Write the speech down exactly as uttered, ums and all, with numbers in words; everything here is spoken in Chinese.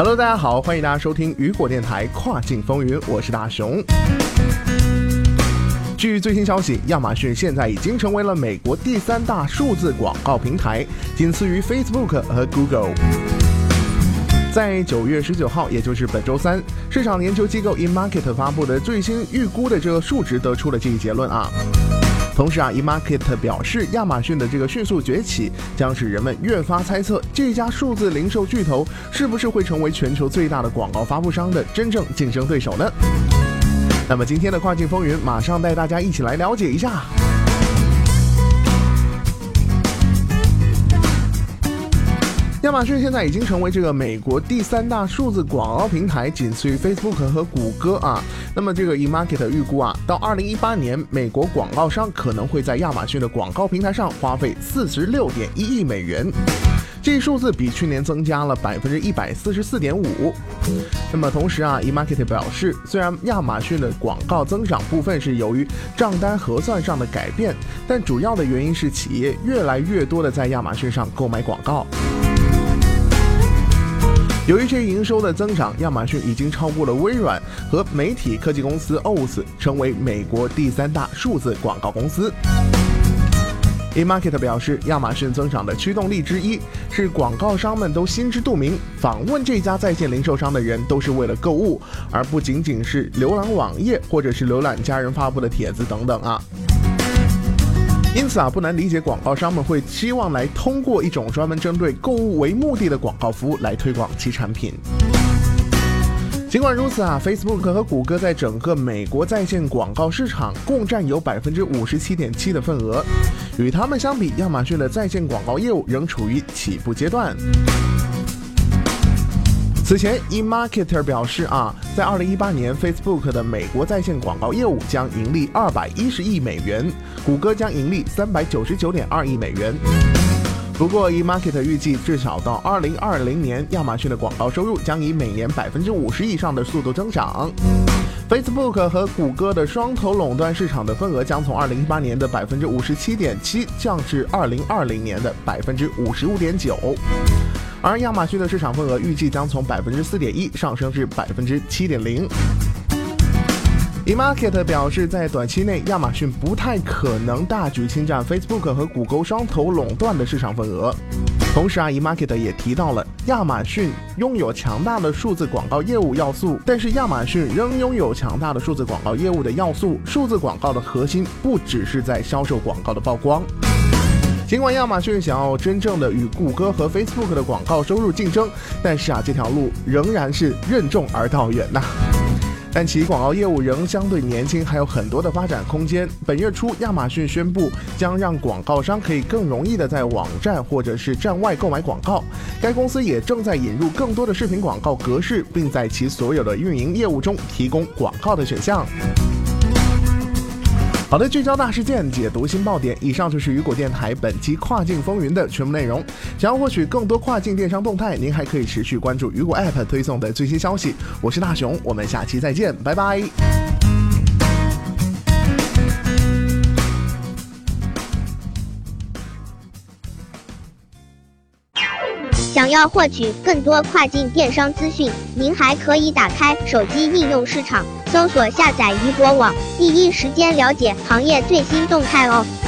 Hello， 大家好，欢迎大家收听雨果电台跨境风云，我是大熊。据最新消息，亚马逊现在已经成为了美国第三大数字广告平台，仅次于 Facebook 和 Google。在九月十九号，也就是本周三，市场研究机构 eMarket 发布的最新预估的这个数值得出了这一结论啊。同时啊 eMarket 表示，亚马逊的这个迅速崛起将使人们越发猜测这家数字零售巨头是不是会成为全球最大的广告发布商的真正竞争对手呢？那么今天的跨境风云，马上带大家一起来了解一下。亚马逊现在已经成为这个美国第三大数字广告平台，仅次于 Facebook 和谷歌啊。那么这个 eMarket 预估啊，到二零一八年，美国广告商可能会在亚马逊的广告平台上花费四十六点一亿美元。这一数字比去年增加了百分之一百四十四点五。那么同时啊 ，eMarket 表示，虽然亚马逊的广告增长部分是由于账单核算上的改变，但主要的原因是企业越来越多的在亚马逊上购买广告。由于这营收的增长，亚马逊已经超过了微软和媒体科技公司 O S， 成为美国第三大数字广告公司。eMarket 表示，亚马逊增长的驱动力之一是广告商们都心知肚明，访问这家在线零售商的人都是为了购物，而不仅仅是浏览网页或者是浏览家人发布的帖子等等啊。因此啊，不难理解广告商们会希望来通过一种专门针对购物为目的的广告服务来推广其产品。尽管如此啊 ，Facebook 和谷歌在整个美国在线广告市场共占有 百分之五十七点七 的份额，与他们相比，亚马逊的在线广告业务仍处于起步阶段。此前 eMarketer 表示啊，在二零一八年 Facebook 的美国在线广告业务将盈利二百一十亿美元，谷歌将盈利三百九十九点二亿美元。不过 eMarket 预计至少到二零二零年，亚马逊的广告收入将以每年 百分之五十 以上的速度增长。Facebook 和谷歌的双头垄断市场的份额将从二零一八年的 百分之五十七点七 降至二零二零年的 百分之五十五点九。而亚马逊的市场份额预计将从 百分之四点一 上升至 百分之七点零。eMarket 表示，在短期内，亚马逊不太可能大举侵占 Facebook 和谷歌双头垄断的市场份额。同时啊 eMarket 也提到了，亚马逊拥有强大的数字广告业务要素，但是亚马逊仍拥有强大的数字广告业务的要素。数字广告的核心不只是在销售广告的曝光。尽管亚马逊想要真正的与谷歌和 Facebook 的广告收入竞争，但是啊，这条路仍然是任重而道远呐、啊。但其广告业务仍相对年轻，还有很多的发展空间。本月初，亚马逊宣布将让广告商可以更容易的在网站或者是站外购买广告。该公司也正在引入更多的视频广告格式，并在其所有的运营业务中提供广告的选项。好的，聚焦大事件，解读新爆点。以上就是雨果电台本期跨境风云的全部内容。想要获取更多跨境电商动态，您还可以持续关注雨果 App 推送的最新消息。我是大熊，我们下期再见，拜拜。 想要获取更多跨境电商资讯，您还可以打开手机应用市场，搜索下载雨果网，第一时间了解行业最新动态哦。